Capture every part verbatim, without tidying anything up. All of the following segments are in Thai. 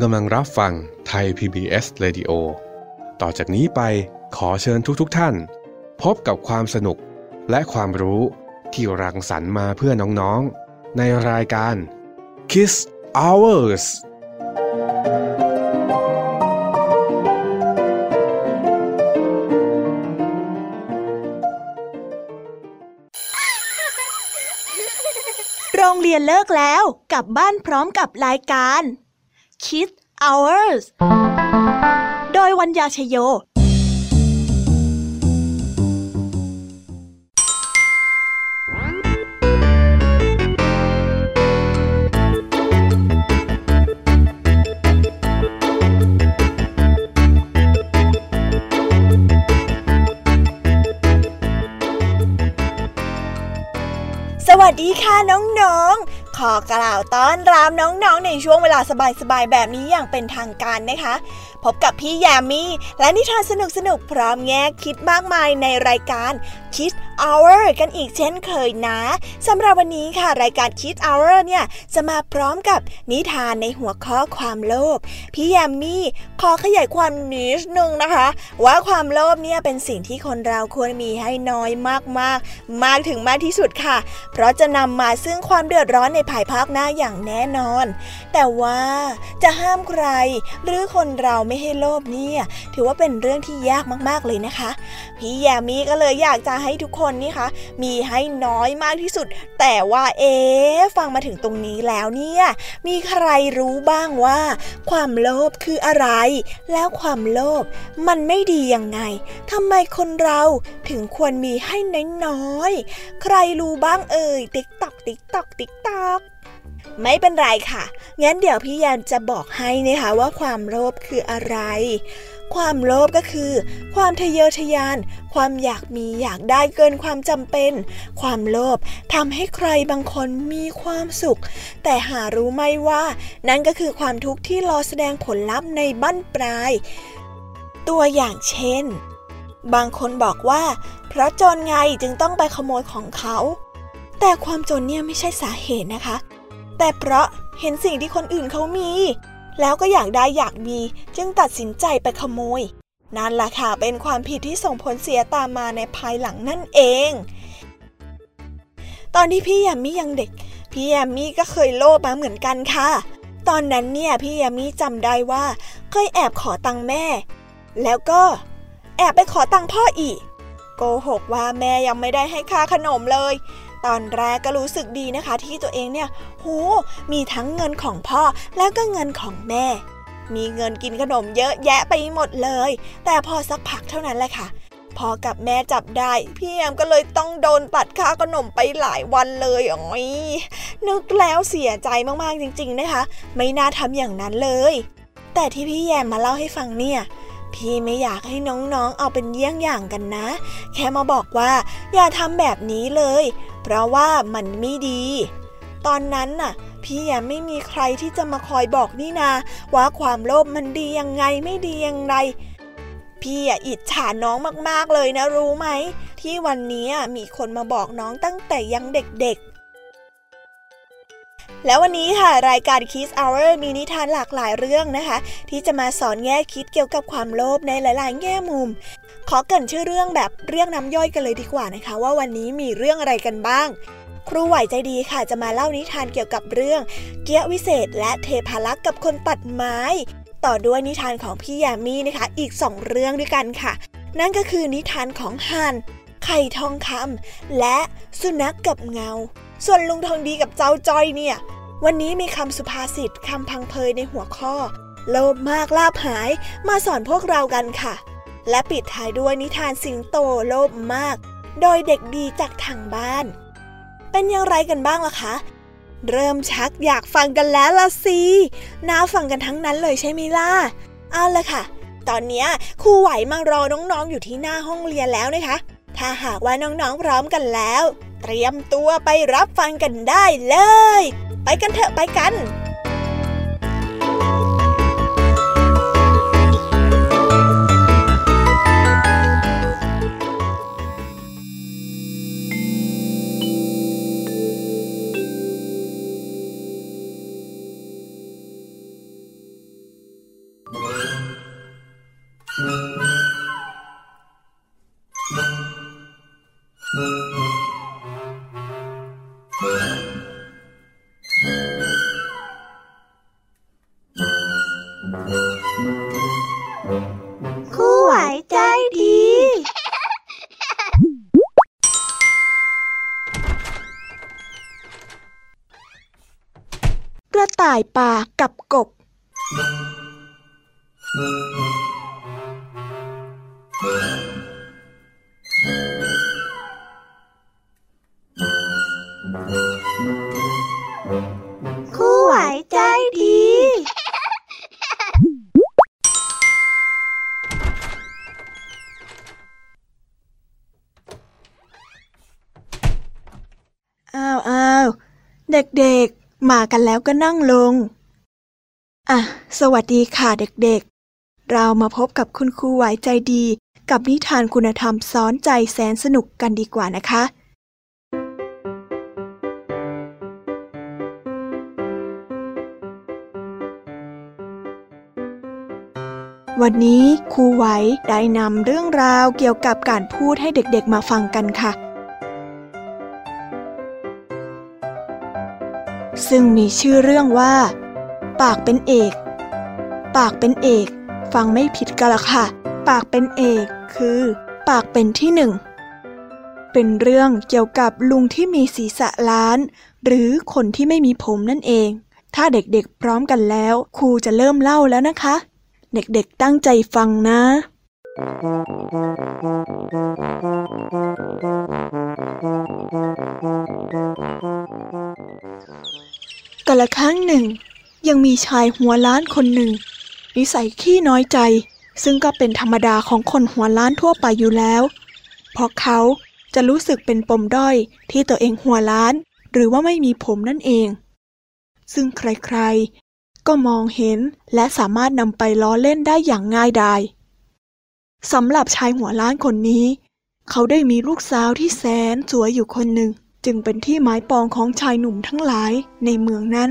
กำลังรับฟังไทย พี บี เอส Radio ต่อจากนี้ไปขอเชิญทุกๆท่านพบกับความสนุกและความรู้ที่รังสรรค์มาเพื่อน้องๆในรายการ Kids Hours โรงเรียนเลิกแล้วกลับบ้านพร้อมกับรายการ Kids Hours โดยวัญญาชโยสวัสดีค่ะน้องๆขอกล่าวต้อนรับน้องๆในช่วงเวลาสบายๆแบบนี้อย่างเป็นทางการนะคะพบกับพี่ยามีและนิทานสนุกๆพร้อมแง่คิดมากมายในรายการ Kids Hour กันอีกเช่นเคยนะสำหรับวันนี้ค่ะรายการ Kids Hour เนี่ยจะมาพร้อมกับนิทานในหัวข้อความโลภพี่ยามีขอขยายความนิดนึงนะคะว่าความโลภเนี่ยเป็นสิ่งที่คนเราควรมีให้น้อยมากๆมากถึงมากที่สุดค่ะเพราะจะนำมาซึ่งความเดือดร้อนในภายภาคหน้าอย่างแน่นอนแต่ว่าจะห้ามใครหรือคนเราไม่ให้โลภเนี่ยถือว่าเป็นเรื่องที่ยากมากๆเลยนะคะพี่ยามีก็เลยอยากจะให้ทุกคนนี่คะมีให้น้อยมากที่สุดแต่ว่าเอ๊ะฟังมาถึงตรงนี้แล้วเนี่ยมีใครรู้บ้างว่าความโลภคืออะไรแล้วความโลภมันไม่ดียังไงทำไมคนเราถึงควรมีให้น้อยๆใครรู้บ้างเอ่ยติ๊กต๊อกติ๊กต๊อกติ๊กต๊อกไม่เป็นไรค่ะงั้นเดี๋ยวพี่ยามจะบอกให้นะคะว่าความโลภคืออะไรความโลภก็คือความทะเยอทะยานความอยากมีอยากได้เกินความจำเป็นความโลภทำให้ใครบางคนมีความสุขแต่หารู้ไหมว่านั่นก็คือความทุกข์ที่รอแสดงผลลัพธ์ในบั้นปลายตัวอย่างเช่นบางคนบอกว่าเพราะจนไงจึงต้องไปขโมยของเขาแต่ความจนเนี่ยไม่ใช่สาเหตุนะคะแต่เพราะเห็นสิ่งที่คนอื่นเขามีแล้วก็อยากได้อยากมีจึงตัดสินใจไปขโมยนั่นล่ะค่ะเป็นความผิดที่ส่งผลเสียตามมาในภายหลังนั่นเองตอนที่พี่ยามียังเด็กพี่ยามีก็เคยโลภมาเหมือนกันค่ะตอนนั้นเนี่ยพี่ยามีจำได้ว่าเคยแอบขอตังค์แม่แล้วก็แอบไปขอตังค์พ่ออีกโกหกว่าแม่ยังไม่ได้ให้ค่าขนมเลยตอนแรกก็รู้สึกดีนะคะที่ตัวเองเนี่ยโหมีทั้งเงินของพ่อแล้วก็เงินของแม่มีเงินกินขนมเยอะแยะไปหมดเลยแต่พอสักพักเท่านั้นแหละค่ะพ่อกับแม่จับได้พี่แอมก็เลยต้องโดนตัดค่าขนมไปหลายวันเลยอ๋อยนึกแล้วเสียใจมากๆจริงๆนะคะไม่น่าทำอย่างนั้นเลยแต่ที่พี่แยมมาเล่าให้ฟังเนี่ยพี่ไม่อยากให้น้องๆเอาเป็นเยี่ยงอย่างกันนะแค่มาบอกว่าอย่าทำแบบนี้เลยเพราะว่ามันไม่ดีตอนนั้นน่ะพี่ยังไม่มีใครที่จะมาคอยบอกนี่นาว่าความโลภมันดียังไงไม่ดียังไงพี่อ่ะอิจฉาน้องมากๆเลยนะรู้ไหมที่วันนี้มีคนมาบอกน้องตั้งแต่ยังเด็กๆแล้ววันนี้ค่ะรายการ Kids Hour มีนิทานหลากหลายเรื่องนะคะที่จะมาสอนแง่คิดเกี่ยวกับความโลภในหลายๆแง่มุมขอเกริ่นชื่อเรื่องแบบเรียกน้ำย่อยกันเลยดีกว่านะคะว่าวันนี้มีเรื่องอะไรกันบ้างครูไหวใจดีค่ะจะมาเล่านิทานเกี่ยวกับเรื่องเกี๊ยะวิเศษและเทพารักษ์กับคนตัดไม้ต่อด้วยนิทานของพี่ยามีนะคะอีกสองเรื่องด้วยกันค่ะนั่นก็คือนิทานของฮั่นไข่ทองคำและสุนัขกับเงาส่วนลุงทองดีกับเจ้าจ้อยเนี่ยวันนี้มีคำสุภาษิตคำพังเพยในหัวข้อโลภมากลาภหายมาสอนพวกเรากันค่ะและปิดท้ายด้วยนิทานสิงโตโลภมากโดยเด็กดีจากทางบ้านเป็นอย่างไรกันบ้างล่ะคะเริ่มชักอยากฟังกันแล้วล่ะสิน่าฟังกันทั้งนั้นเลยใช่ไหมล่ะเอาล่ะค่ะตอนนี้ครูไหวมารอน้องๆอยู่ที่หน้าห้องเรียนแล้วนะคะถ้าหากว่าน้องๆพร้อมกันแล้วเตรียมตัวไปรับฟังกันได้เลยไปกันเถอะไปกันครูไหวใจดีกระต่ายป่ากับกบครูไหวใจดีอ้าวอ้าวเด็กๆมากันแล้วก็นั่งลงอ่ะสวัสดีค่ะเด็กๆเรามาพบกับคุณครูไหวใจดีกับนิทานคุณธรรมสอนใจแสนสนุกกันดีกว่านะคะวันนี้ครูไหวได้นำเรื่องราวเกี่ยวกับการพูดให้เด็กๆมาฟังกันค่ะซึ่งมีชื่อเรื่องว่าปากเป็นเอกปากเป็นเอกฟังไม่ผิดกันละค่ะปากเป็นเอกคือปากเป็นที่หนึ่งเป็นเรื่องเกี่ยวกับลุงที่มีศีรษะล้านหรือคนที่ไม่มีผมนั่นเองถ้าเด็กๆพร้อมกันแล้วครูจะเริ่มเล่าแล้วนะคะเด็กๆตั้งใจฟังนะกาลครั้งหนึ่งยังมีชายหัวล้านคนหนึ่งนิสัยขี้น้อยใจซึ่งก็เป็นธรรมดาของคนหัวล้านทั่วไปอยู่แล้วเพราะเขาจะรู้สึกเป็นปมด้อยที่ตัวเองหัวล้านหรือว่าไม่มีผมนั่นเองซึ่งใครๆก็มองเห็นและสามารถนำไปล้อเล่นได้อย่างง่ายดายสำหรับชายหัวล้านคนนี้เขาได้มีลูกสาวที่แสนสวยอยู่คนหนึ่งจึงเป็นที่หมายปองของชายหนุ่มทั้งหลายในเมืองนั้น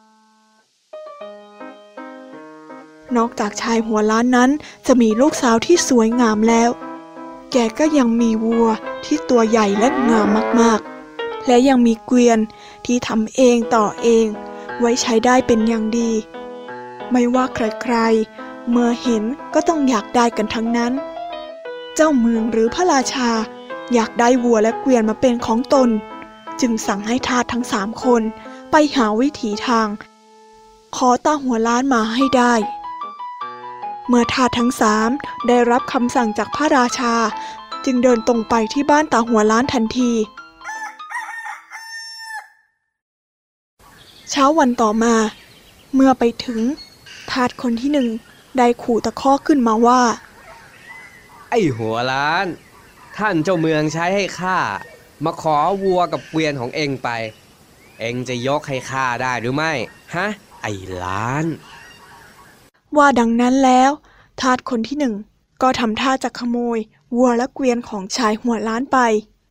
นอกจากชายหัวล้านนั้นจะมีลูกสาวที่สวยงามแล้วแกก็ยังมีวัวที่ตัวใหญ่และงามมากๆและยังมีเกวียนที่ทำเองต่อเองไว้ใช้ได้เป็นอย่างดีไม่ว่าใครๆเมื่อเห็นก็ต้องอยากได้กันทั้งนั้นเจ้าเมืองหรือพระราชาอยากได้วัวและเกวียนมาเป็นของตนจึงสั่งให้ทาสทั้งสามคนไปหาวิถีทางขอตาหัวล้านมาให้ได้เมื่อทาสทั้งสามได้รับคำสั่งจากพระราชาจึงเดินตรงไปที่บ้านตาหัวล้านทันทีเช้าวันต่อมาเมื่อไปถึงทาสคนที่หนึ่งได้ขู่ตะคอกขึ้นมาว่าไอ้หัวล้านท่านเจ้าเมืองใช้ให้ข้ามาขอวัวกับเกวียนของเองไปเองจะยกให้ข้าได้หรือไม่ฮะไอ้ล้านว่าดังนั้นแล้วทาสคนที่หนึ่งก็ทำท่าจะขโมยวัวและเกวียนของชายหัวล้านไป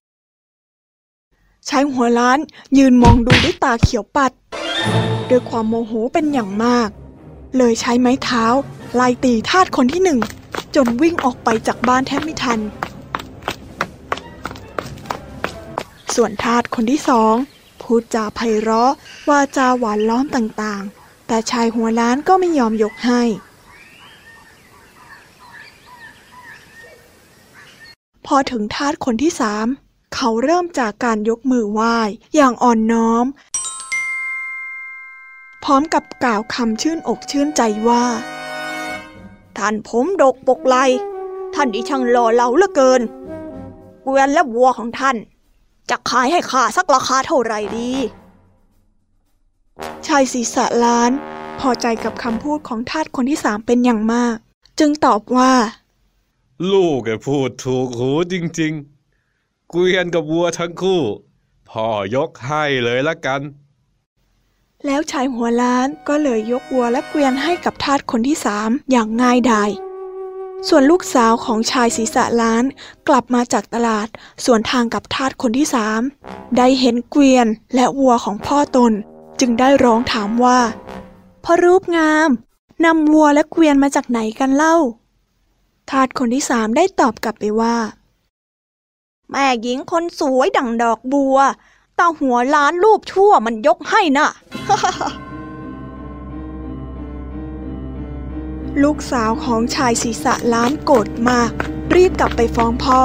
ชายหัวล้านยืนมองดูด้วยตาเขียวปัดด้วยความโมโหเป็นอย่างมากเลยใช้ไม้เท้าไล่ตีทาสคนที่หนึ่งจนวิ่งออกไปจากบ้านแทบไม่ทันส่วนทาสคนที่สองพูดจาไพเราะวาจาหวานล้อมต่างๆแต่ชายหัวล้านก็ไม่ยอมยกให้พอถึงทาสคนที่สามเขาเริ่มจากการยกมือไหว้อย่างอ่อนน้อมพร้อมกับกล่าวคำชื่นอกชื่นใจว่าท่านผมดกปกไหลท่านดิช่างหล่อเหลาเหลือเกินเกวียนและวัวของท่านจะขายให้ข้าสักราคาเท่าไหร่ดีชายศีรษะล้านพอใจกับคำพูดของทาสคนที่สามเป็นอย่างมากจึงตอบว่าลูกแกพูดถูกหูจริงๆเกวียนกับวัวทั้งคู่พ่อยกให้เลยละกันแล้วชายหัวล้านก็เลยยกวัวและเกวียนให้กับทาสคนที่สามอย่างง่ายดายส่วนลูกสาวของชายศีรษะล้านกลับมาจากตลาดสวนทางกับทาสคนที่สามได้เห็นเกวียนและวัวของพ่อตนจึงได้ร้องถามว่าพ่อรูปงามนำวัวและเกวียนมาจากไหนกันเล่าทาสคนที่สามได้ตอบกลับไปว่าแม่หญิงคนสวยดั่งดอกบัวตาหัวล้านรูปชั่วมันยกให้น่ะ ลูกสาวของชายศีรษะล้านโกรธมากรีบกลับไปฟ้องพ่อ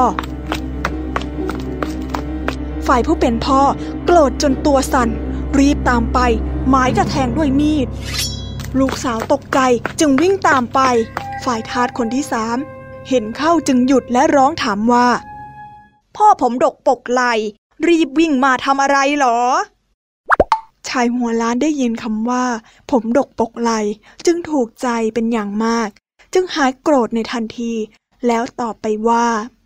ฝ่ายผู้เป็นพ่อโกรธจนตัวสั่นรีบตามไปหมายจะแทงด้วยมีดลูกสาวตกใจจึงวิ่งตามไปฝ่ายทาสคนที่สามเห็นเข้าจึงหยุดและร้องถามว่าพ่อผมดกปกไหลรีบวิ่งมาทำอะไรหรอชายหัวล้านได้ยินคำว่าผมดกปกไหลจึงถูกใจเป็นอย่างมากจึงหายโกรธในทันทีแล้วตอบไปว่า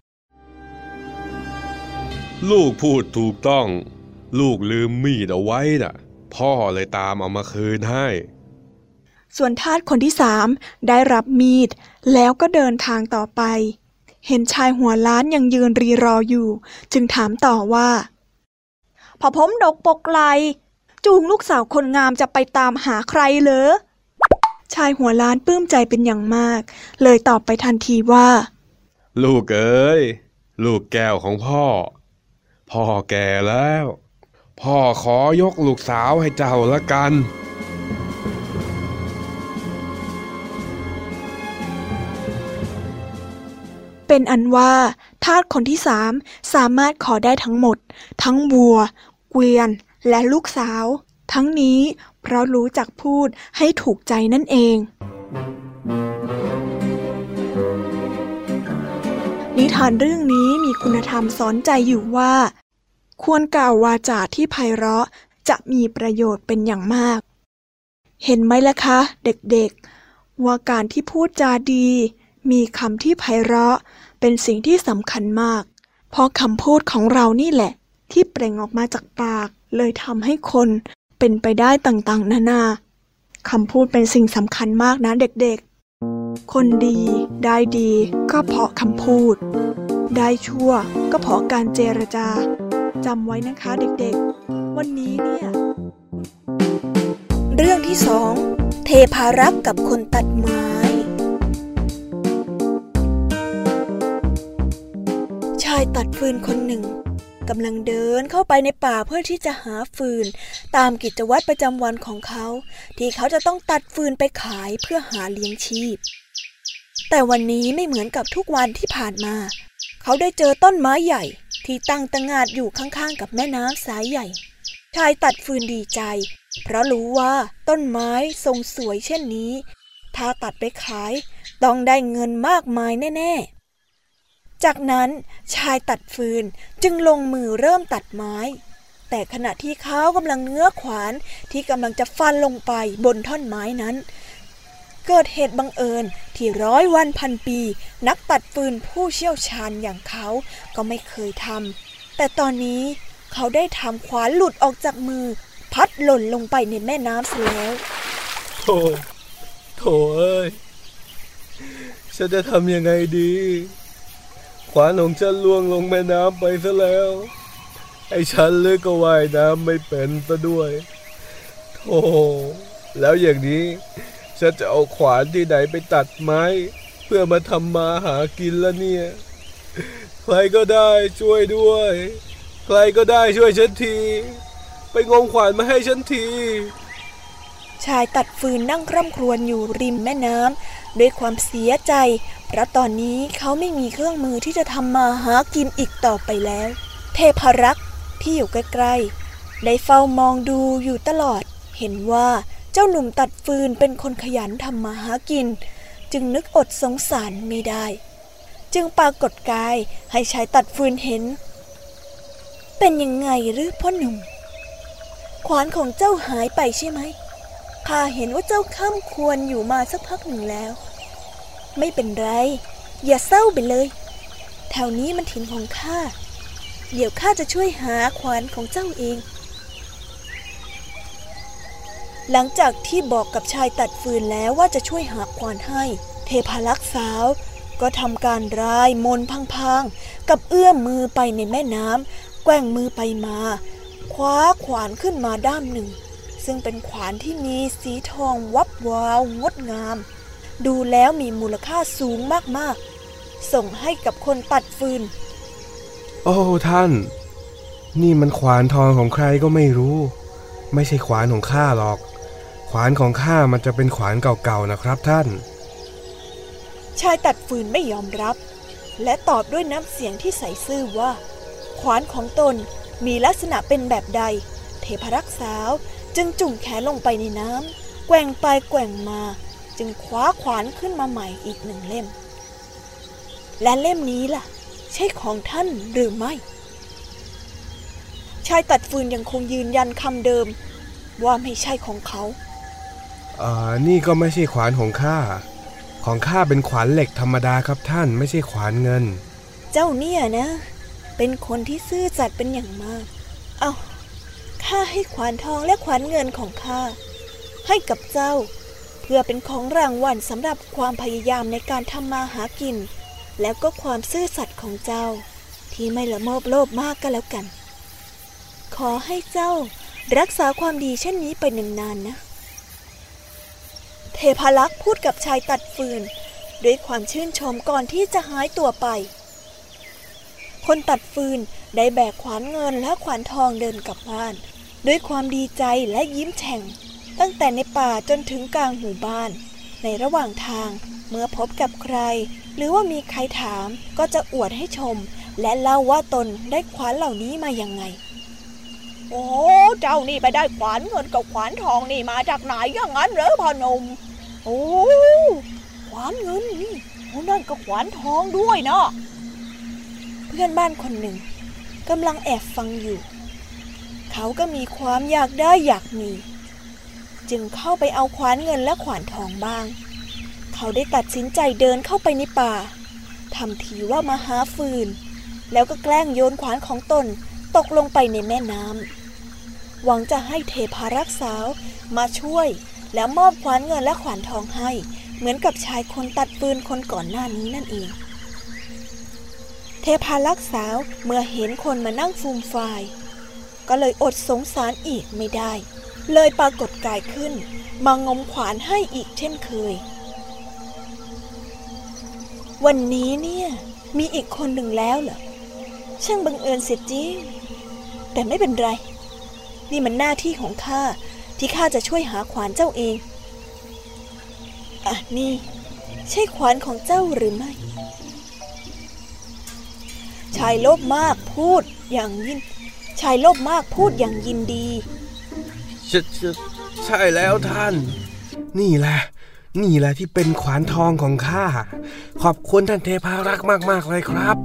ลูกพูดถูกต้องลูกลืมมีดเอาไว้น่ะพ่อเลยตามเอามาคืนให้ส่วนทาสคนที่สามได้รับมีดแล้วก็เดินทางต่อไปเห็นชายหัวล้านยังยืนรีรออยู่จึงถามต่อว่าพอผมดกปกไหลจูงลูกสาวคนงามจะไปตามหาใครเหรอชายหัวล้านปลื้มใจเป็นอย่างมากเลยตอบไปทันทีว่าลูกเอ๋ยลูกแก้วของพ่อพ่อแก่แล้วพ่อขอยกลูกสาวให้เจ้าละกันเป็นอันว่าทาสคนที่สามสามารถขอได้ทั้งหมดทั้งวัวเกวียนและลูกสาวทั้งนี้เพราะรู้จักพูดให้ถูกใจนั่นเองนิทานเรื่องนี้มีคุณธรรมสอนใจอยู่ว่าควรกล่าววาจาที่ไพเราะจะมีประโยชน์เป็นอย่างมากเห็นไหมล่ะคะเด็กๆว่าการที่พูดจาดีมีคำที่ไพเราะเป็นสิ่งที่สำคัญมากเพราะคำพูดของเรานี่แหละที่เปล่งออกมาจากปากเลยทำให้คนเป็นไปได้ต่างๆนานาคำพูดเป็นสิ่งสำคัญมากนะเด็กๆคนดีได้ดีก็เพราะคำพูดได้ชั่วก็เพราะการเจรจาจำไว้นะคะเด็กๆวันนี้เนี่ยเรื่องที่สองเทพารักษ์กับคนตัดไม้ชายตัดฟืนคนหนึ่งกำลังเดินเข้าไปในป่าเพื่อที่จะหาฟืนตามกิจวัตรประจำวันของเขาที่เขาจะต้องตัดฟืนไปขายเพื่อหาเลี้ยงชีพแต่วันนี้ไม่เหมือนกับทุกวันที่ผ่านมาเขาได้เจอต้นไม้ใหญ่ที่ตั้งตระหง่านอยู่ข้างๆกับแม่น้ำสายใหญ่ชายตัดฟืนดีใจเพราะรู้ว่าต้นไม้ทรงสวยเช่นนี้ถ้าตัดไปขายต้องได้เงินมากมายแน่ๆจากนั้นชายตัดฟืนจึงลงมือเริ่มตัดไม้แต่ขณะที่เขากำลังเงื้อขวานที่กำลังจะฟันลงไปบนท่อนไม้นั้นเกิดเหตุบังเอิญที่ร้อยวันพันปีนักตัดฟืนผู้เชี่ยวชาญอย่างเขาก็ไม่เคยทำแต่ตอนนี้เขาได้ทำขวานหลุดออกจากมือพัดหล่นลงไปในแม่น้ำซะแล้วโธ่โธ่เอ้ยฉันจะทำยังไงดีขวานของฉันล่วงลงแม่น้ำไปซะแล้วไอ้ฉันเลยก็ว่ายน้ำไม่เป็นซะด้วยโธ่แล้วอย่างนี้ฉันจะเอาขวานที่ไหนไปตัดไม้เพื่อมาทำมาหากินละเนี่ยใครก็ได้ช่วยด้วยใครก็ได้ช่วยฉันทีไปงมขวานมาให้ฉันทีชายตัดฟืนนั่งคร่ำครวญอยู่ริมแม่น้ำด้วยความเสียใจเพราะตอนนี้เขาไม่มีเครื่องมือที่จะทำมาหากินอีกต่อไปแล้วเทพารักษ์ที่อยู่ใกล้ๆได้เฝ้ามองดูอยู่ตลอดเห็นว่าเจ้าหนุ่มตัดฟืนเป็นคนขยันทำมาหากินจึงนึกอดสงสารไม่ได้จึงปรากฏกายให้ชายตัดฟืนเห็นเป็นยังไงหรือพ่อหนุ่มขวานของเจ้าหายไปใช่ไหมข้าเห็นว่าเจ้าข้ามควรอยู่มาสักพักหนึ่งแล้วไม่เป็นไรอย่าเศร้าไปเลยแถวนี้มันถิ่นของข้าเดี๋ยวข้าจะช่วยหาขวานของเจ้าเองหลังจากที่บอกกับชายตัดฟืนแล้วว่าจะช่วยหาขวานให้เทพารักษ์สาวก็ทำการร่ายมนต์พังๆกับเอื้อมมือไปในแม่น้ำแกว่งมือไปมาคว้าขวานขึ้นมาด้ามหนึ่งซึ่งเป็นขวานที่มีสีทองวับวาวงดงามดูแล้วมีมูลค่าสูงมากๆส่งให้กับคนตัดฟืนโอ้ท่านนี่มันขวานทองของใครก็ไม่รู้ไม่ใช่ขวานของข้าหรอกขวานของข้ามันจะเป็นขวานเก่าๆนะครับท่านชายตัดฟืนไม่ยอมรับและตอบด้วยน้ำเสียงที่ใสซื่อว่าขวานของตนมีลักษณะเป็นแบบใดเทพรักษ์สาวจึงจุ่มแขนลงไปในน้ำแกว่งไปแกว่งมาจึงคว้าขวานขึ้นมาใหม่อีกหนึ่งเล่มและเล่มนี้ล่ะใช่ของท่านหรือไม่ชายตัดฟืนยังคงยืนยันคำเดิมว่าไม่ใช่ของเขาอ่านี่ก็ไม่ใช่ขวานของข้าของข้าเป็นขวานเหล็กธรรมดาครับท่านไม่ใช่ขวานเงินเจ้าเนี่ยนะเป็นคนที่ซื่อสัตย์เป็นอย่างมากเอาข้าให้ขวานทองและขวานเงินของข้าให้กับเจ้าเพื่อเป็นของรางวัลสำหรับความพยายามในการทำมาหากินแล้วก็ความซื่อสัตย์ของเจ้าที่ไม่ละโมบโลภมากก็แล้วกันขอให้เจ้ารักษาความดีเช่นนี้ไปนานๆนะเทพาลักษณ์พูดกับชายตัดฟืนด้วยความชื่นชมก่อนที่จะหายตัวไปคนตัดฟืนได้แบกขวานเงินและขวานทองเดินกลับบ้านด้วยความดีใจและยิ้มแฉ่งตั้งแต่ในป่าจนถึงกลางหมู่บ้านในระหว่างทางเมื่อพบกับใครหรือว่ามีใครถามก็จะอวดให้ชมและเล่าว่าตนได้ขวานเหล่านี้มายังไงโอ้เจ้านี่ไปได้ขวานเงินกับขวานทองนี่มาจากไหนอย่างนั้นเหรอพ่อหนุ่มโอ้ขวานเงินนี่โอ้นั่นก็ขวานทองด้วยเนาะเพื่อนบ้านคนหนึ่งกำลังแอบฟังอยู่เขาก็มีความอยากได้อยากมีจึงเข้าไปเอาขวานเงินและขวานทองบ้างเขาได้ตัดสินใจเดินเข้าไปในป่าทำทีว่ามาหาฟืนแล้วก็แกล้งโยนขวานของตนตกลงไปในแม่น้ำหวังจะให้เทพารักษ์สาวมาช่วยแล้วมอบขวานเงินและขวานทองให้เหมือนกับชายคนตัดฟืนคนก่อนหน้านี้นั่นเองเทพารักษ์สาวเมื่อเห็นคนมานั่งฟูมฟายก็เลยอดสงสารอีกไม่ได้เลยปรากฏกายขึ้นมางมขวานให้อีกเช่นเคยวันนี้เนี่ยมีอีกคนหนึ่งแล้วเหรอช่างบังเอิญเสียจริงแต่ไม่เป็นไรนี่มันหน้าที่ของข้าที่ข้าจะช่วยหาขวานเจ้าเองอ่ะนี่ใช่ขวานของเจ้าหรือไม่ชายโลภมากพูดอย่างยินชายโลภมากพูดอย่างยินดีใช่ใช่แล้วท่านนี่แหละนี่แหละที่เป็นขวานทองของข้าขอบคุณท่านเทพารักษ์มากๆเลยครับ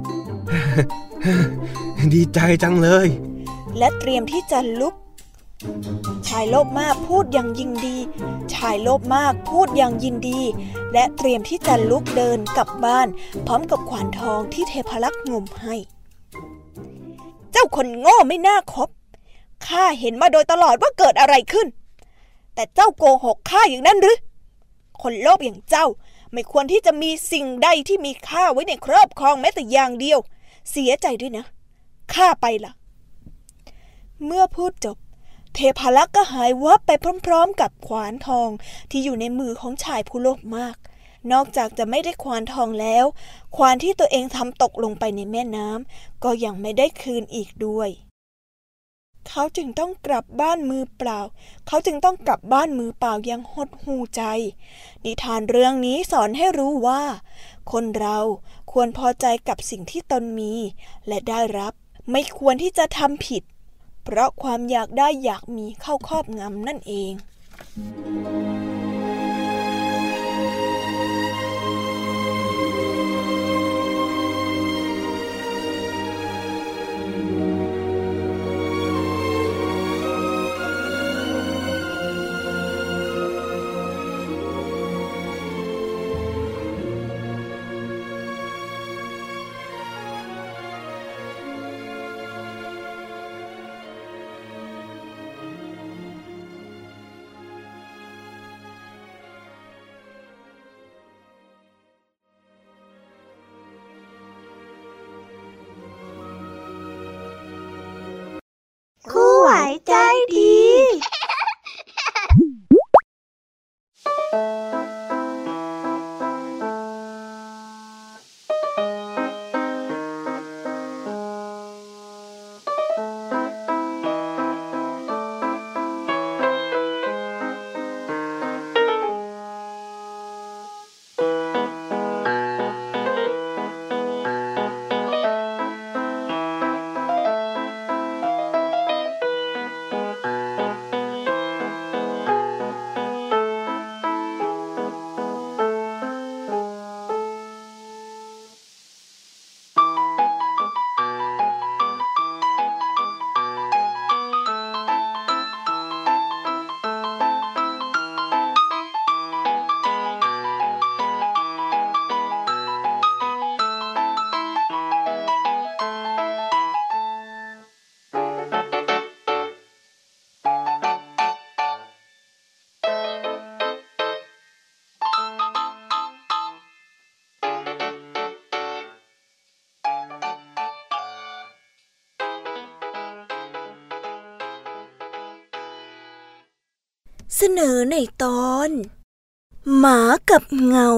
ดีใจจังเลยและเตรียมที่จะลุกชายโลภมากพูดอย่างยินดีชายโลภมากพูดอย่างยินดีและเตรียมที่จะลุกเดินกลับบ้านพร้อมกับขวานทองที่เทพารักษ์งมให้เจ้าคนโง่ไม่น่าคบข้าเห็นมาโดยตลอดว่าเกิดอะไรขึ้นแต่เจ้าโกหกข้าอย่างนั้นหรือคนโลภอย่างเจ้าไม่ควรที่จะมีสิ่งใดที่มีค่าไว้ในครอบครองแม้แต่อย่างเดียวเสียใจด้วยนะข้าไปล่ะเมื่อพูดจบเทพารักษ์ก็หายวับไปพร้อมๆกับขวานทองที่อยู่ในมือของชายผู้โลภมากนอกจากจะไม่ได้ขวานทองแล้วขวานที่ตัวเองทำตกลงไปในแม่น้ำก็ยังไม่ได้คืนอีกด้วยเขาจึงต้องกลับบ้านมือเปล่าเขาจึงต้องกลับบ้านมือเปล่ายังหดหู่ใจนิทานเรื่องนี้สอนให้รู้ว่าคนเราควรพอใจกับสิ่งที่ตนมีและได้รับไม่ควรที่จะทำผิดเพราะความอยากได้อยากมีเข้าครอบงำนั่นเองคู่หวายใจดีคเสนอในตอนหมากับเงา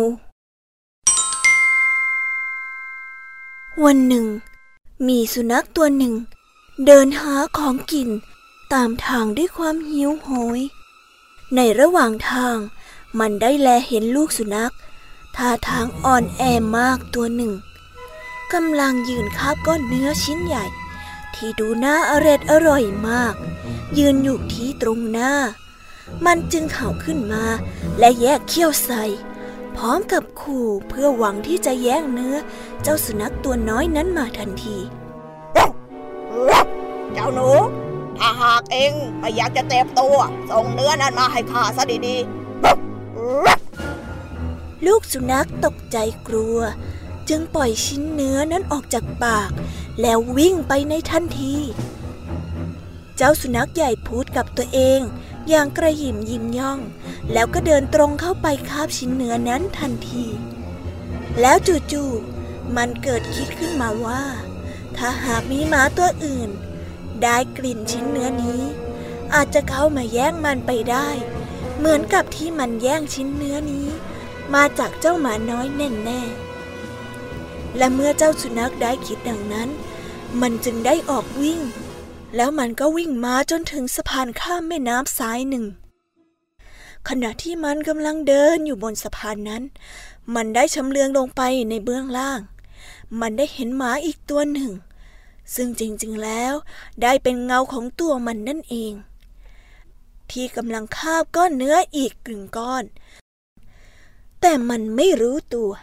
วันหนึ่งมีสุนัขตัวหนึ่งเดินหาของกินตามทางด้วยความหิวโหยในระหว่างทางมันได้แลเห็นลูกสุนัขท่าทางอ่อนแอมากตัวหนึ่งกำลังยืนคาบก้อนเนื้อชิ้นใหญ่ที่ดูน่าอร่อยอร่อยมากยืนอยู่ที่ตรงหน้ามันจึงเห่าขึ้นมาและแยกเขี้ยวใส่พร้อมกับขู่เพื่อหวังที่จะแย่งเนื้อเจ้าสุนัขตัวน้อยนั้นมาทันทีเจ้าหนูถ้าหากเองไม่อยากจะเจ็บตัวส่งเนื้อนั้นมาให้ข้าซะดีๆลูกสุนัขตกใจกลัวจึงปล่อยชิ้นเนื้อนั้นออกจากปากแล้ววิ่งไปในทันทีเจ้าสุนัขใหญ่พูดกับตัวเองอย่างกระหยิ่มยิ้มย่องแล้วก็เดินตรงเข้าไปคาบชิ้นเนื้อนั้นทันทีแล้วจู่ๆมันเกิดคิดขึ้นมาว่าถ้าหากมีหมาตัวอื่นได้กลิ่นชิ้นเนื้อนี้อาจจะเข้ามาแย่งมันไปได้เหมือนกับที่มันแย่งชิ้นเนื้อนี้มาจากเจ้าหมาน้อยแน่ๆและเมื่อเจ้าสุนัขได้คิดดังนั้นมันจึงได้ออกวิ่งแล้วมันก็วิ่งมาจนถึงสะพานข้ามแม่น้ำสายหนึ่งขณะที่มันกำลังเดินอยู่บนสะพานนั้นมันได้ชำเลืองลงไปในเบื้องล่างมันได้เห็นหมาอีกตัวหนึ่งซึ่งจริงๆแล้วได้เป็นเงาของตัวมันนั่นเองที่กำลังคาบก้อนเนื้ออีกกึ่งก้อนแต่มันไม่รู้ตัว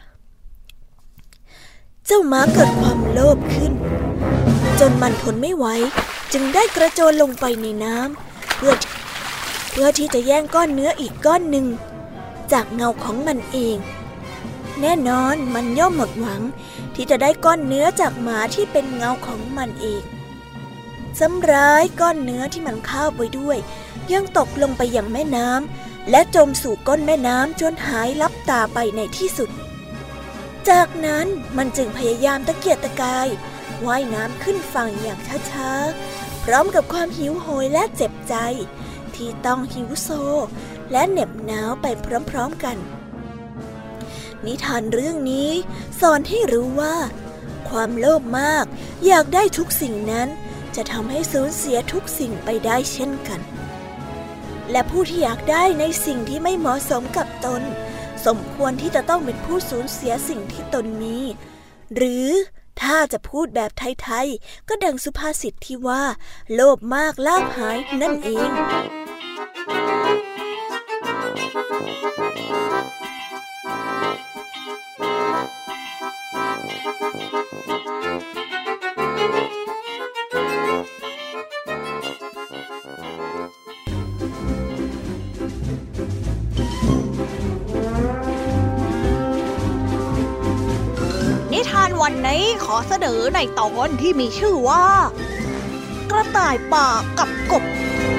เจ้าหมาเกิดความโลภขึ้นจนมันทนไม่ไหวจึงได้กระโจนลงไปในน้ำเพื่อเพื่อที่จะแย่งก้อนเนื้ออีกก้อนหนึ่งจากเงาของมันเองแน่นอนมันย่อมหมดหวังที่จะได้ก้อนเนื้อจากหมาที่เป็นเงาของมันเองซ้ำร้ายก้อนเนื้อที่มันคาบไว้ด้วยยังตกลงไปยังแม่น้ำและจมสู่ก้นแม่น้ำจนหายลับตาไปในที่สุดจากนั้นมันจึงพยายามตะเกียกตะกายว่ายน้ำขึ้นฝั่งอย่างช้าๆพร้อมกับความหิวโหยและเจ็บใจที่ต้องหิวโซและเหน็บหนาวไปพร้อมๆกันนิทานเรื่องนี้สอนให้รู้ว่าความโลภมากอยากได้ทุกสิ่งนั้นจะทำให้สูญเสียทุกสิ่งไปได้เช่นกันและผู้ที่อยากได้ในสิ่งที่ไม่เหมาะสมกับตนสมควรที่จะต้องเป็นผู้สูญเสียสิ่งที่ตนมีหรือถ้าจะพูดแบบไทยๆก็ดังสุภาษิตที่ว่าโลภมากลาภหายนั่นเองนิทานวันนี้ขอเสนอในตอนที่มีชื่อว่ากระต่ายป่ากับกบ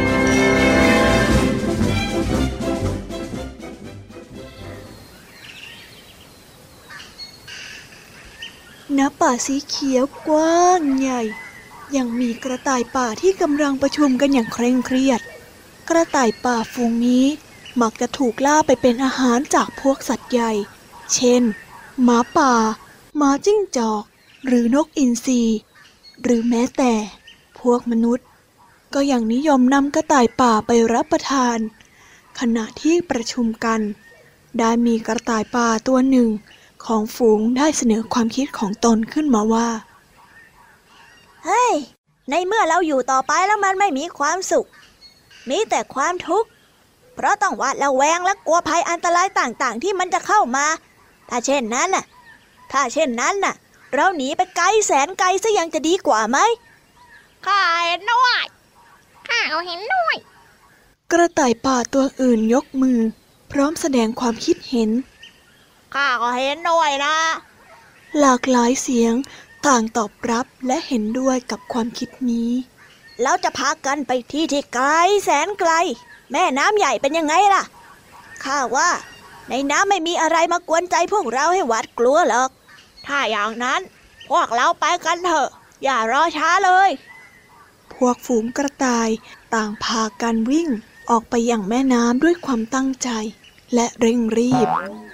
ณ ป่าสีเขียวกว้างใหญ่ยังมีกระต่ายป่าที่กำลังประชุมกันอย่างเคร่งเครียดกระต่ายป่าฝูงนี้มักจะถูกล่าไปเป็นอาหารจากพวกสัตว์ใหญ่เช่นหมาป่าหมาจิ้งจอกหรือนกอินทรีหรือแม้แต่พวกมนุษย์ก็ยังนิยมนำกระต่ายป่าไปรับประทานขณะที่ประชุมกันได้มีกระต่ายป่าตัวหนึ่งของฝูงได้เสนอความคิดของตนขึ้นมาว่าเฮ้ยในเมื่อเราอยู่ต่อไปแล้วมันไม่มีความสุขมีแต่ความทุกข์เพราะต้องหวาดระแวงและกลัวภัยอันตรายต่างๆที่มันจะเข้ามาถ้าเช่นนั้นน่ะถ้าเช่นนั้นน่ะเราหนีไปไกลแสนไกลซะยังจะดีกว่าไหมข้าเห็นด้วยข้าเห็นด้วยกระต่ายป่าตัวอื่นยกมือพร้อมแสดงความคิดเห็นข้าก็เห็นด้วยนะหลากหลายเสียงต่างตอบรับและเห็นด้วยกับความคิดนี้แล้วจะพากันไปที่ที่ไกลแสนไกลแม่น้ำใหญ่เป็นยังไงล่ะข้าว่าในน้ำไม่มีอะไรมากวนใจพวกเราให้หวาดกลัวหรอกถ้าอย่างนั้นพวกเราไปกันเถอะอย่ารอช้าเลยพวกฝูงกระต่ายต่างพากันวิ่งออกไปอย่างแม่น้ำด้วยความตั้งใจและเร่งรีบ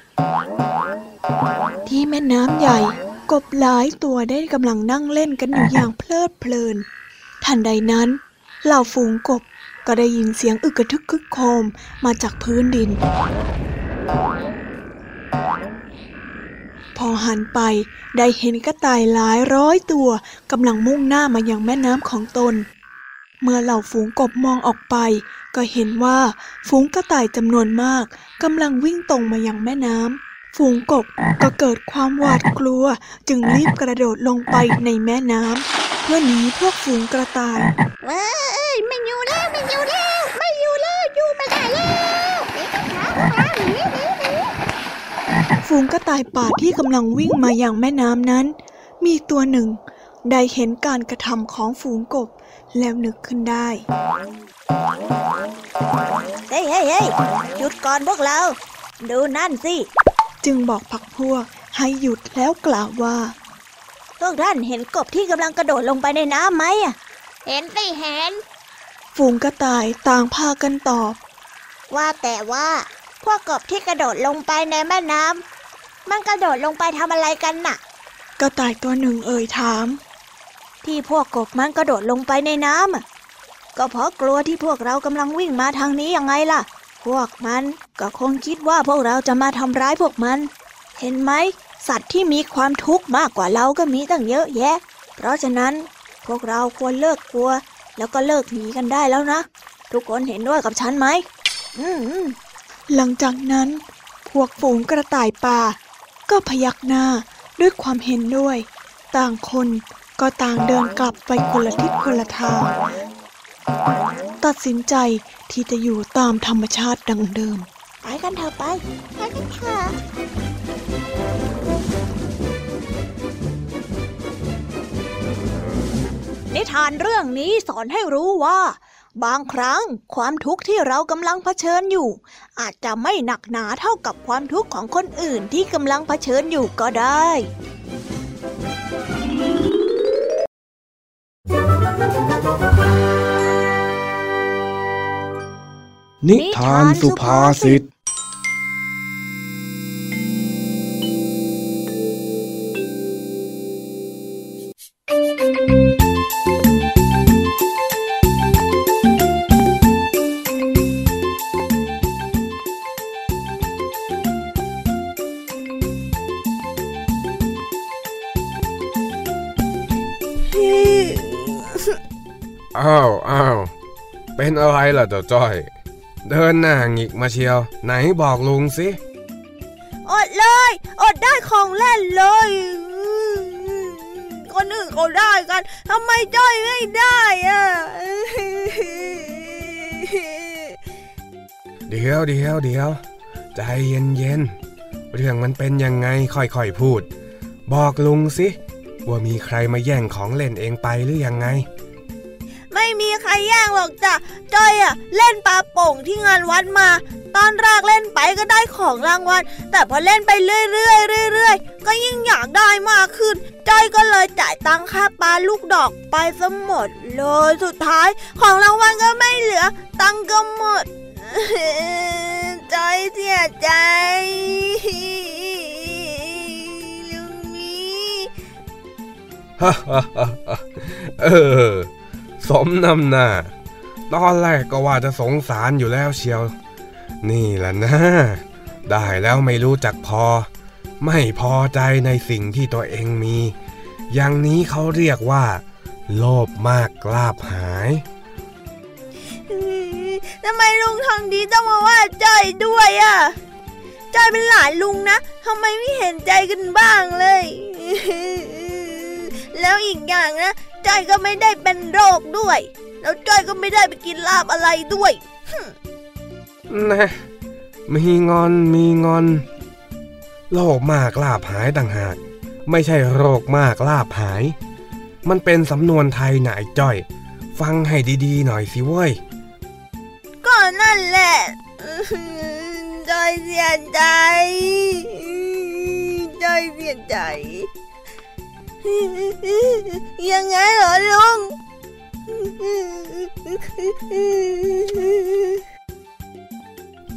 ที่แม่น้ำใหญ่กบหลายตัวได้กำลังนั่งเล่นกันอยู่อย่างเพลิดเพลินทันใดนั้นเหล่าฝูงกบก็ได้ยินเสียงอึกกระทึกคึกโครมมาจากพื้นดินพอหันไปได้เห็นกระต่ายหลายร้อยตัวกำลังมุ่งหน้ามายังแม่น้ำของตนเมื่อเหล่าฝูงกบมองออกไปก็เห็นว่าฝูงกระต่ายจำนวนมากกำลังวิ่งตรงมายังแม่น้ำฝูงกบก็เกิดความหวาดกลัวจึงรีบกระโดดลงไปในแม่น้ำเพื่อหนีพวกฝูงกระต่ายเว้ยไม่อยู่แล้วไม่อยู่แล้วไม่อยู่แล้วอยู่ไม่ได้แล้วหนีกันขาขาหนีหนีหนีฝูงกระต่ายป่าที่กำลังวิ่งมาอย่างแม่น้ำนั้นมีตัวหนึ่งได้เห็นการกระทำของฝูงกบแล้วนึกขึ้นได้เฮ้ยเฮ้ยเฮ้ยหยุดก่อนพวกเราดูนั่นสิจึงบอกพรรคพวกให้หยุดแล้วกล่าวว่าพวกท่านเห็นกบที่กำลังกระโดดลงไปในน้ำไหมอ่ะเห็นสิเห็นฝูงกระต่ายต่างพากันตอบว่าแต่ว่าพวกกบที่กระโดดลงไปในแม่น้ำมันกระโดดลงไปทำอะไรกันน่ะกระต่ายตัวหนึ่งเอ่ยถามที่พวกกบมันกระโดดลงไปในน้ำอ่ะก็เพราะกลัวที่พวกเรากำลังวิ่งมาทางนี้ยังไงล่ะพวกมันก็คงคิดว่าพวกเราจะมาทำร้ายพวกมันเห็นไหมสัตว์ที่มีความทุกข์มากกว่าเราก็มีตั้งเยอะแยะเพราะฉะนั้นพวกเราควรเลิกกลัวแล้วก็เลิกหนีกันได้แล้วนะทุกคนเห็นด้วยกับฉันไหมอืมหลังจากนั้นพวกฝูงกระต่ายป่าก็พยักหน้าด้วยความเห็นด้วยต่างคนก็ต่างเดินกลับไปคนละทิศคนละทางตัดสินใจที่จะอยู่ตามธรรมชาติดังเดิมไปกันเถอะไปไปกันเถอะนิทานเรื่องนี้สอนให้รู้ว่าบางครั้งความทุกข์ที่เรากำลังเผชิญอยู่อาจจะไม่หนักหนาเท่ากับความทุกข์ของคนอื่นที่กำลังเผชิญอยู่ก็ได้นิทานสุภาษิตอ้าวอ้าวเป็นอะไรล่ะเจ้าจ้อยเดินหน้าหงิกมาเชียวไหนบอกลุงสิอดเลยอดได้ของเล่นเลยคนอื่นเขาได้กันทำไมจ้อยไม่ได้อ่ะเดี๋ยวเดี๋ยวเดี๋ยวใจเย็นเย็นเรื่องมันเป็นยังไงค่อยๆพูดบอกลุงสิว่ามีใครมาแย่งของเล่นเองไปหรือยังไงไม่มีใครแย่งหรอกจ้ะจ้อยอ่ะเล่นปลาโป่งที่งานวัดมาตอนแรกเล่นไปก็ได้ของรางวัลแต่พอเล่นไปเรื่อยๆเรื่อยๆก็ยิ่งอยากได้มากขึ้นจ้อยก็เลยจ่ายตังค่าปลาลูกดอกไปซะหมดเลยสุดท้ายของรางวัลก็ไม่เหลือตังก็หมดจ้อยเสียใจลุงมีฮ่าฮ่าฮ่าเออสมน้ำหน้าตอนแรกก็ว่าจะสงสารอยู่แล้วเชียวนี่แหละนะได้แล้วไม่รู้จักพอไม่พอใจในสิ่งที่ตัวเองมีอย่างนี้เขาเรียกว่าโลภมากลาภหายทำไมลุงทองดีต้องมาว่าจ้อยด้วยอ่ะจ้อยเป็นหลานลุงนะทำไมไม่เห็นใจกันบ้างเลยแล้วอีกอย่างนะจ้อยก็ไม่ได้เป็นโรคด้วยแล้วจ้อยก็ไม่ได้ไปกินลาบอะไรด้วยนะมีงอนมีงอนโรคมากลาภหายต่างหากไม่ใช่โรคมากลาภหายมันเป็นสำนวนไทยนะไอ้จ้อยฟังให้ดีๆหน่อยสิเว้ยก็นั่นแหละจ้อยเสียใจจ้อยเสียใจยังไงเหรอลุง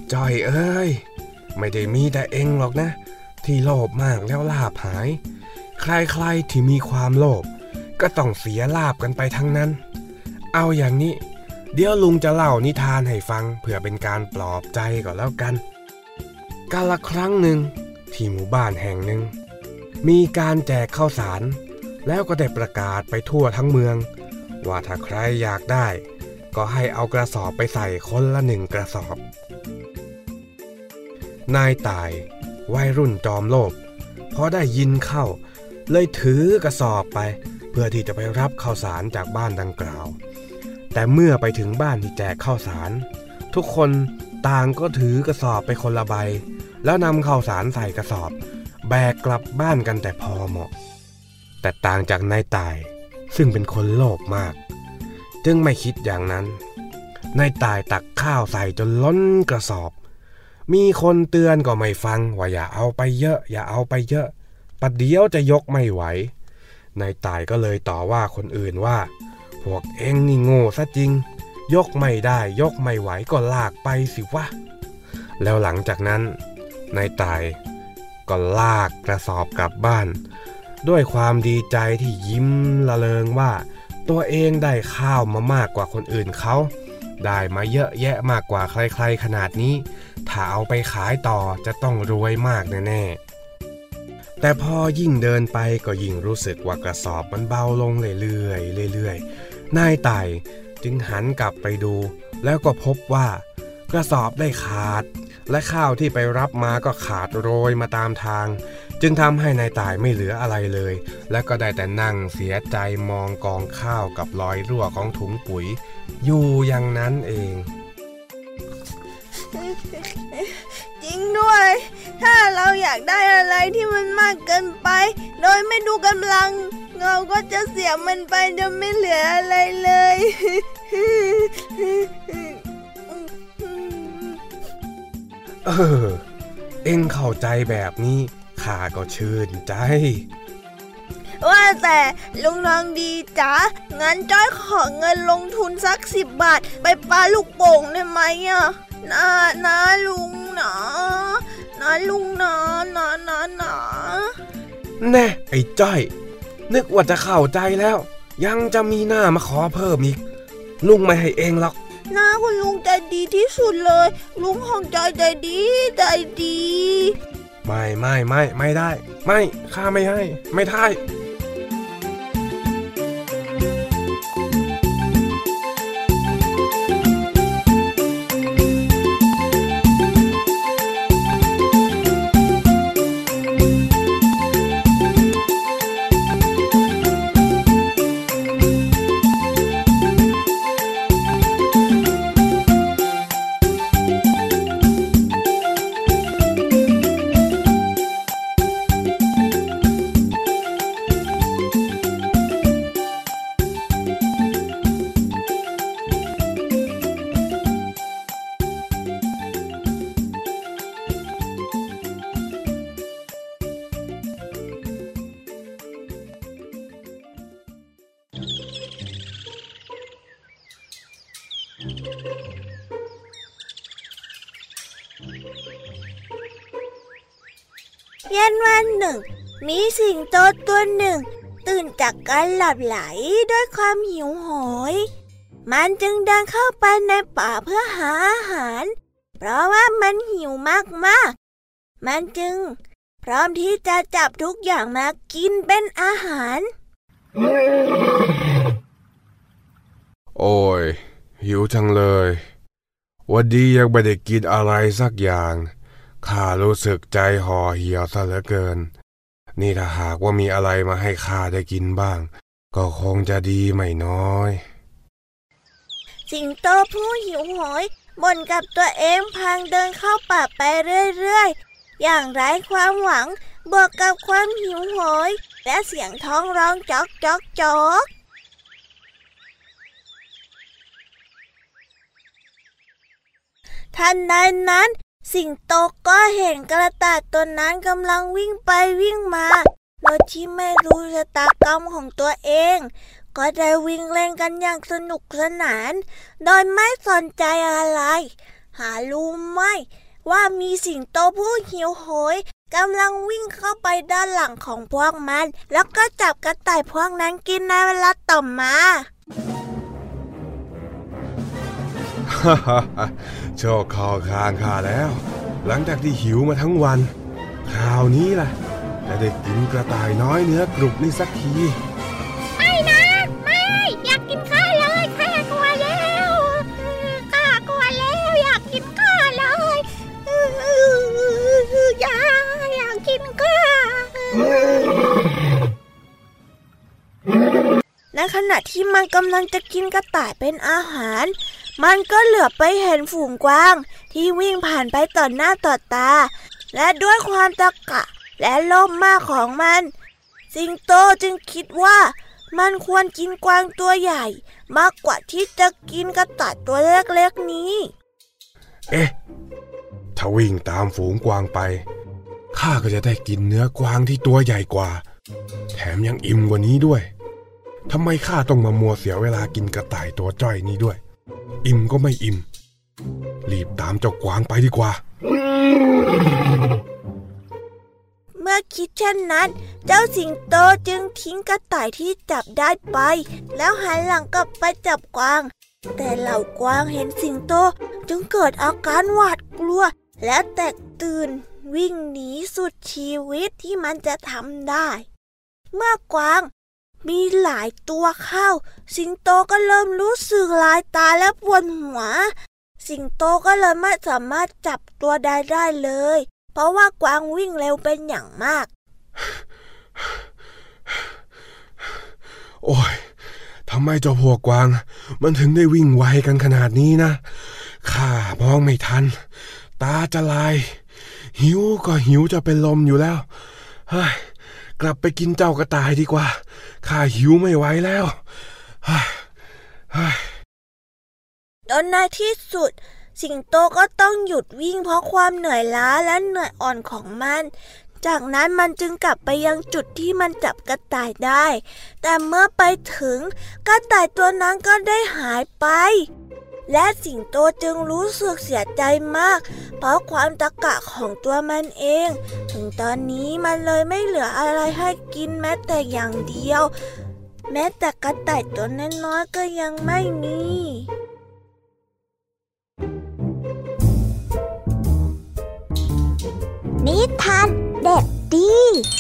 จ้อยเอ้ยไม่ได้มีแต่เองหรอกนะที่โลภมากแล้วลาภหายใครๆที่มีความโลภก็ต้องเสียลาภกันไปทั้งนั้นเอาอย่างนี้เดี๋ยวลุงจะเล่านิทานให้ฟังเพื่อเป็นการปลอบใจก่อนแล้วกันกาลครั้งหนึ่งที่หมู่บ้านแห่งหนึ่งมีการแจกข้าวสารแล้วก็ได้ประกาศไปทั่วทั้งเมืองว่าถ้าใครอยากได้ก็ให้เอากระสอบไปใส่คนละหนึ่งกระสอบนายตายวัยรุ่นจอมโลภพอได้ยินเข้าเลยถือกระสอบไปเพื่อที่จะไปรับข้าวสารจากบ้านดังกล่าวแต่เมื่อไปถึงบ้านที่แจกข้าวสารทุกคนต่างก็ถือกระสอบไปคนละใบแล้วนำข้าวสารใส่กระสอบแบกกลับบ้านกันแต่พอเหมาะแต่ต่างจากนายตายซึ่งเป็นคนโลภมากจึงไม่คิดอย่างนั้นนายตายตักข้าวใส่จนล้นกระสอบมีคนเตือนก็ไม่ฟังว่าอย่าเอาไปเยอะอย่าเอาไปเยอะประเดี๋ยวจะยกไม่ไหวนายตายก็เลยต่อว่าคนอื่นว่าพวกเอ็งนี่โง่ซะจริงยกไม่ได้ยกไม่ไหวก็ลากไปสิวะแล้วหลังจากนั้นนายตายก็ลากกระสอบกลับบ้านด้วยความดีใจที่ยิ้มละเริงว่าตัวเองได้ข้าวมามากกว่าคนอื่นเขาได้มาเยอะแยะมากกว่าใครๆขนาดนี้ถ้าเอาไปขายต่อจะต้องรวยมากแน่ๆแต่พอยิ่งเดินไปก็ยิ่งรู้สึกว่ากระสอบมันเบาลงเรื่อยๆเรื่อยๆนายไต่จึงหันกลับไปดูแล้วก็พบว่ากระสอบได้ขาดและข้าวที่ไปรับมาก็ขาดโรยมาตามทางจึงทำให้นายตายไม่เหลืออะไรเลยและก็ได้แต่นั่งเสียใจมองกองข้าวกับรอยรั่วของถุงปุ๋ยอยู่อย่างนั้นเองจริงด้วยถ้าเราอยากได้อะไรที่มันมากเกินไปโดยไม่ดูกำลังเราก็จะเสียมันไปจนไม่เหลืออะไรเลยเออเอ็งเข้าใจแบบนี้ข้าก็ชื่นใจว่าแต่ลุงน้องดีจ๋างั้นจ้อยขอเงินลงทุนสักสิบบาทไปปาลูกโป่งได้ไหมอ่ะนะนะลุงนะนะลุงนะนะนะนะแน่ไอ้จ้อยนึกว่าจะเข้าใจแล้วยังจะมีหน้ามาขอเพิ่มอีกลุงไม่ให้เองหรอกน้าคุณลุงใจดีที่สุดเลยลุงของใจใจดีใจดีไม่ไม่ไม่ไม่ได้ไม่ข้าไม่ให้ไม่ได้เย็นวันหนึ่งมีสิงโตตัวหนึ่งตื่นจากการหลับไหลด้วยความหิวโหยมันจึงเดินเข้าไปในป่าเพื่อหาอาหารเพราะว่ามันหิวมากๆมันจึงพร้อมที่จะจับทุกอย่างมากินเป็นอาหารโอ้ยหิวจังเลยวันนี้ยังไม่ได้กินอะไรสักอย่างข้ารู้สึกใจห่อเหี่ยวซะเหลือเกินนี่ถ้าหากว่ามีอะไรมาให้ข้าได้กินบ้างก็คงจะดีไม่น้อยสิงโตผู้หิวโหยบ่นกับตัวเองพลางเดินเข้าป่าไปเรื่อยๆอย่างไร้ความหวังบวกกับความหิวโหยและเสียงท้องร้องจอกจอกจอกทันใดนั้นสิงโตก็เห็นกระต่ายตัวนั้นกำลังวิ่งไปวิ่งมาโดยที่ไม่รู้ชะตากรรมของตัวเองก็ได้วิ่งเล่นกันอย่างสนุกสนานโดยไม่สนใจอะไรหารู้ไหมว่ามีสิงโตผู้หิวโหยกำลังวิ่งเข้าไปด้านหลังของพวกมันแล้วก็จับกระต่ายพวกนั้นกินในเวลาต่อมาฮ่าฮ่าฮ่าโชคคอคางข้าแล้ว หลังจากที่หิวมาทั้งวันคราวนี้ล่ะจะได้กินกระต่ายน้อยเนื้อกรุบนี่สักทีไม่นะไม่อยากกินข้าเลยข้ากลัวแล้วข้ากลัวแล้วอยากกินข้าเลยอยากอยากกินข้าในขณะที่มันกำลังจะกินกระต่ายเป็นอาหารมันก็เหลือบไปเห็นฝูงกวางที่วิ่งผ่านไปต่อหน้าต่อตาและด้วยความตะกะและโลภมากของมันสิงโตจึงคิดว่ามันควรกินกวางตัวใหญ่มากกว่าที่จะกินกระต่ายตัวเล็กๆนี้เอ๊ะถ้าวิ่งตามฝูงกวางไปข้าก็จะได้กินเนื้อกวางที่ตัวใหญ่กว่าแถมยังอิ่มกว่านี้ด้วยทำไมข้าต้องมามัวเสียเวลากินกระต่ายตัวจ้อยนี้ด้วยอิ่มก็ไม่อิ่มรีบตามเจ้ากวางไปดีกว่าเมื่อคิดเช่นนั้นเจ้าสิงโตจึงทิ้งกระต่ายที่จับได้ไปแล้วหันหลังกลับไปจับกวางแต่เหล่ากวางเห็นสิงโตจึงเกิดอาการหวาดกลัวและแตกตื่นวิ่งหนีสุดชีวิตที่มันจะทำได้เมื่อกวางมีหลายตัวเข้าสิงโตก็เริ่มรู้สึกลายตาและปวดหัวสิงโตก็เลยไม่สามารถจับตัวใดได้เลยเพราะว่ากวางวิ่งเร็วเป็นอย่างมากโอ้ยทำไมเจ้าพวกกวางมันถึงได้วิ่งไวกันขนาดนี้นะข้ามองไม่ทันตาจะลายหิวก็หิวจะเป็นลมอยู่แล้วเฮ้ยกลับไปกินเจ้ากระต่ายดีกว่าข้าหิวไม่ไหวแล้วเฮ้ยเฮ้ยจนในที่สุดสิงโตก็ต้องหยุดวิ่งเพราะความเหนื่อยล้าและเหนื่อยอ่อนของมันจากนั้นมันจึงกลับไปยังจุดที่มันจับกระต่ายได้แต่เมื่อไปถึงกระต่ายตัวนั้นก็ได้หายไปและสิงโตจึงรู้สึกเสียใจมากเพราะความตะกะของตัวมันเองถึงตอนนี้มันเลยไม่เหลืออะไรให้กินแม้แต่อย่างเดียวแม้แต่กระต่ายตัวน้อยๆก็ยังไม่มีนิทานเด็ดดี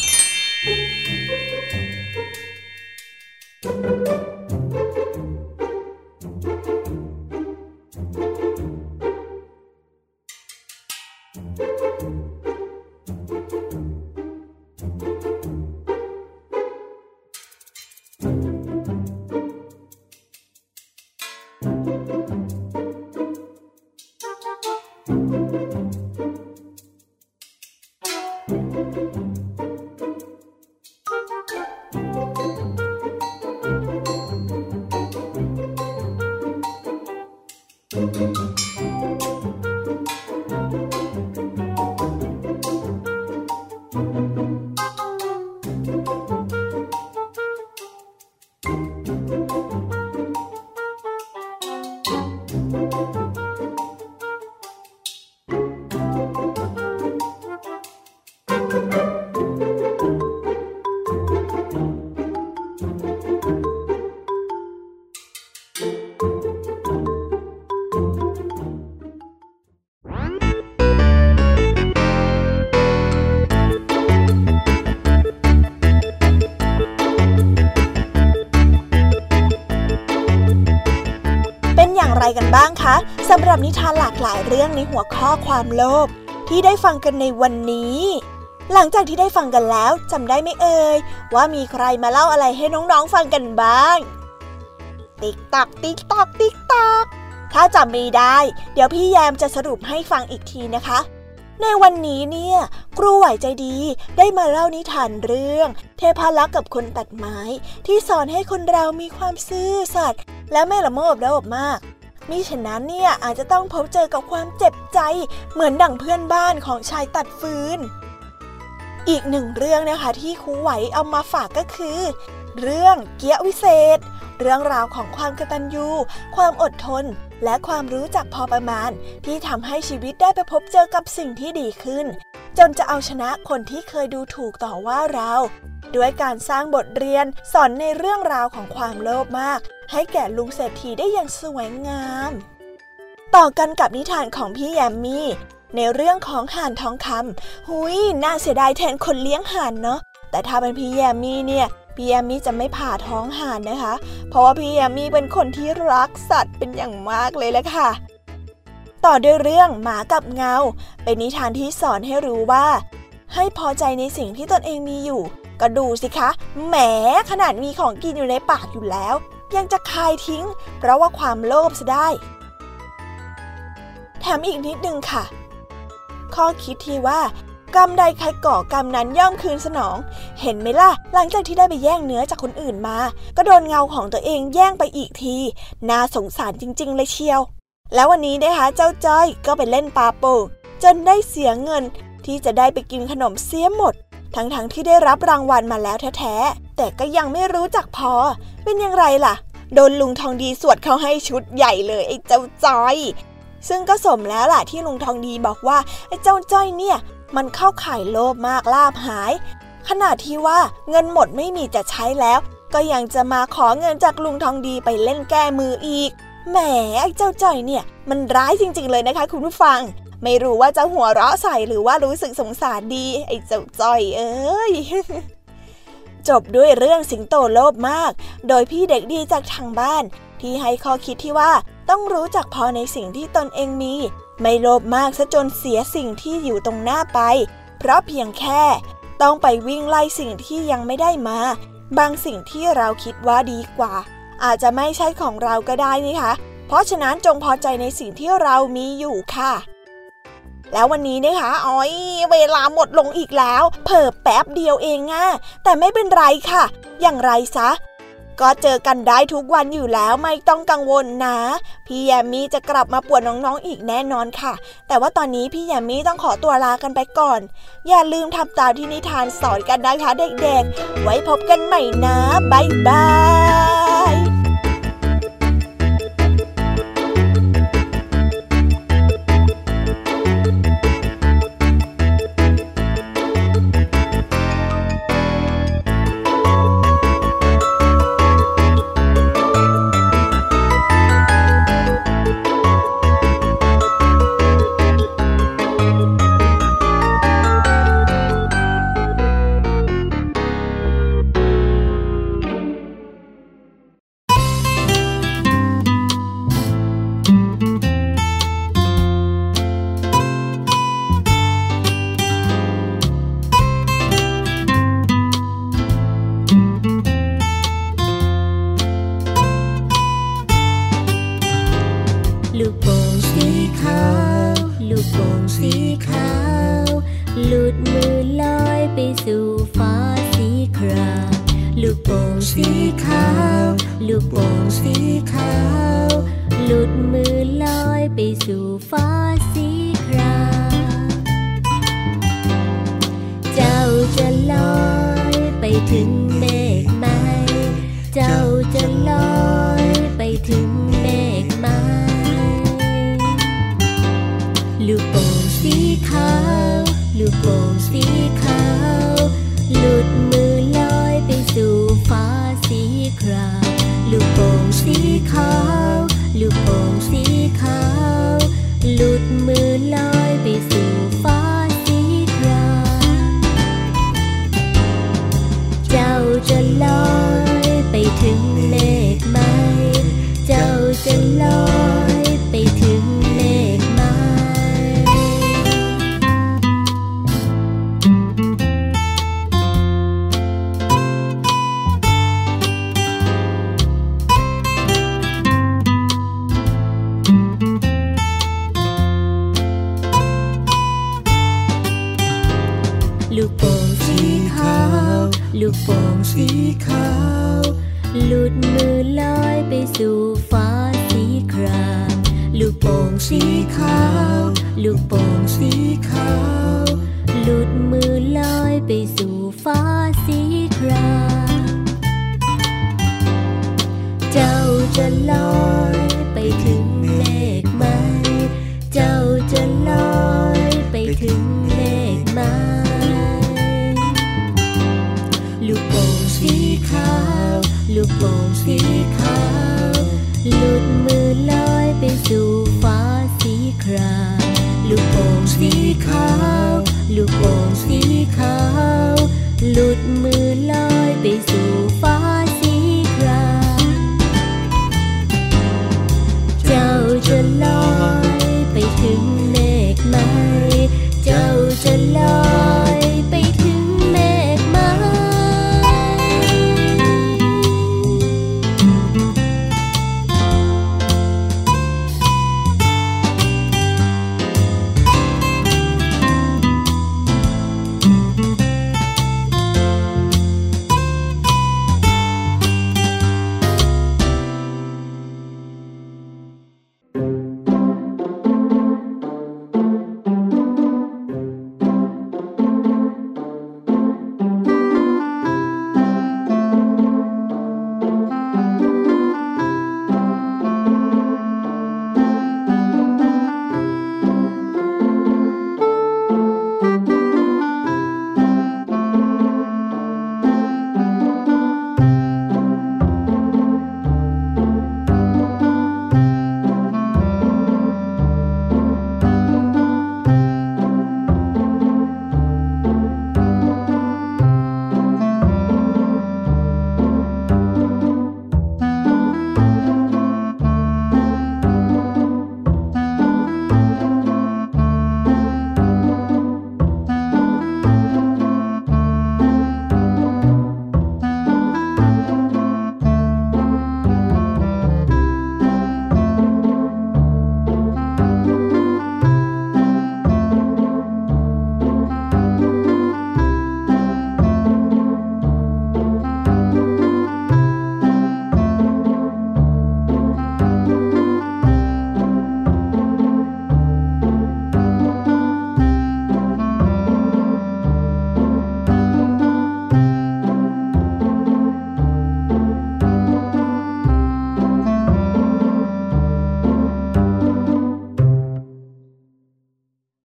กันบ้างคะสำหรับนิทานหลากหลายเรื่องในหัวข้อความโลภที่ได้ฟังกันในวันนี้หลังจากที่ได้ฟังกันแล้วจำได้ไหมเอ่ยว่ามีใครมาเล่าอะไรให้น้องๆฟังกันบ้างติ๊กตักติ๊กตักติ๊กตักถ้าจำไม่ได้เดี๋ยวพี่แยมจะสรุปให้ฟังอีกทีนะคะในวันนี้เนี่ยครูไหวใจดีได้มาเล่านิทานเรื่องเทพารักษ์กับคนตัดไม้ที่สอนให้คนเรามีความซื่อสัตย์และไม่ละโมบโลภมากมิฉะนั้นเนี่ยอาจจะต้องพบเจอกับความเจ็บใจเหมือนดั่งเพื่อนบ้านของชายตัดฟืนอีกหนึ่งเรื่องนะคะที่ครูไหวเอามาฝากก็คือเรื่องเกี๊ยะวิเศษเรื่องราวของความกตัญญูความอดทนและความรู้จักพอประมาณที่ทำให้ชีวิตได้ไปพบเจอกับสิ่งที่ดีขึ้นจนจะเอาชนะคนที่เคยดูถูกต่อว่าเราด้วยการสร้างบทเรียนสอนในเรื่องราวของความโลภมากให้แก่ลุงเศรษฐีได้อย่างสวยงามต่อกันกับนิทานของพี่แยมมี่ในเรื่องของห่านทองคำหุยน่าเสียดายแทนคนเลี้ยงห่านเนาะแต่ถ้าเป็นพี่แยมมี่เนี่ยพี่แยมมี่จะไม่ผ่าท้องห่านนะคะเพราะว่าพี่แยมมี่เป็นคนที่รักสัตว์เป็นอย่างมากเลยแหละค่ะต่อด้วยเรื่องหมากับเงาเป็นนิทานที่สอนให้รู้ว่าให้พอใจในสิ่งที่ตนเองมีอยู่ก็ดูสิคะแหมขนาดมีของกินอยู่ในปากอยู่แล้วยังจะคายทิ้งเพราะว่าความโลภซะได้แถมอีกนิดนึงค่ะข้อคิดที่ว่ากรรมใดใครก่อกรรมนั้นย่อมคืนสนองเห็นไหมล่ะหลังจากที่ได้ไปแย่งเนื้อจากคนอื่นมาก็โดนเงาของตัวเองแย่งไปอีกทีน่าสงสารจริงๆเลยเชียวแล้ววันนี้นะคะเจ้าจ้อยก็ไปเล่นปาโป่งจนได้เสียเงินที่จะได้ไปกินขนมเสียหมดทั้งๆ ท, ที่ได้รับรางวัลมาแล้วแท้ๆแต่ก็ยังไม่รู้จักพอเป็นอย่างไรล่ะโดนลุงทองดีสวดเขาให้ชุดใหญ่เลยไอ้เจ้าจ้อยซึ่งก็สมแล้วล่ะที่ลุงทองดีบอกว่าไอ้เจ้าจ้อยเนี่ยมันเข้าข่ายโลภมากลาภหายขนาดที่ว่าเงินหมดไม่มีจะใช้แล้วก็ยังจะมาขอเงินจากลุงทองดีไปเล่นแก้มืออีกแหมไอ้เจ้าจ้อยเนี่ยมันร้ายจริงๆเลยนะคะคุณผู้ฟังไม่รู้ว่าจะหัวเราะใส่หรือว่ารู้สึกสงสารดีไอ้เจ้าจ้อยเอ้ย จบด้วยเรื่องสิงโตโลภมากโดยพี่เด็กดีจากทางบ้านที่ให้ข้อคิดที่ว่าต้องรู้จักพอในสิ่งที่ตนเองมีไม่โลภมากซะจนเสียสิ่งที่อยู่ตรงหน้าไปเพราะเพียงแค่ต้องไปวิ่งไล่สิ่งที่ยังไม่ได้มาบางสิ่งที่เราคิดว่าดีกว่าอาจจะไม่ใช่ของเราก็ได้นะคะเพราะฉะนั้นจงพอใจในสิ่งที่เรามีอยู่ค่ะแล้ววันนี้นะคะอ๋อยเวลาหมดลงอีกแล้วเผิ่แป๊บเดียวเองอ่ะแต่ไม่เป็นไรค่ะอย่างไรซะก็เจอกันได้ทุกวันอยู่แล้วไม่ต้องกังวลนะพี่แยมมี่จะกลับมาป่วนน้องๆอีกแน่นอนค่ะแต่ว่าตอนนี้พี่แยมมี่ต้องขอตัวลากันไปก่อนอย่าลืมทำตามที่นิทานสอนกันนะคะเด็กๆไว้พบกันใหม่นะบ๊ายบายจะลอยไปถึงแม่ครามลูกโป่งสีขาวลูกโป่งสีขาวหลุดมือลอยไปสู่ฟ้าสีครามเจ้าจะลอยไปถึงเมฆไหมเจ้าจะลอย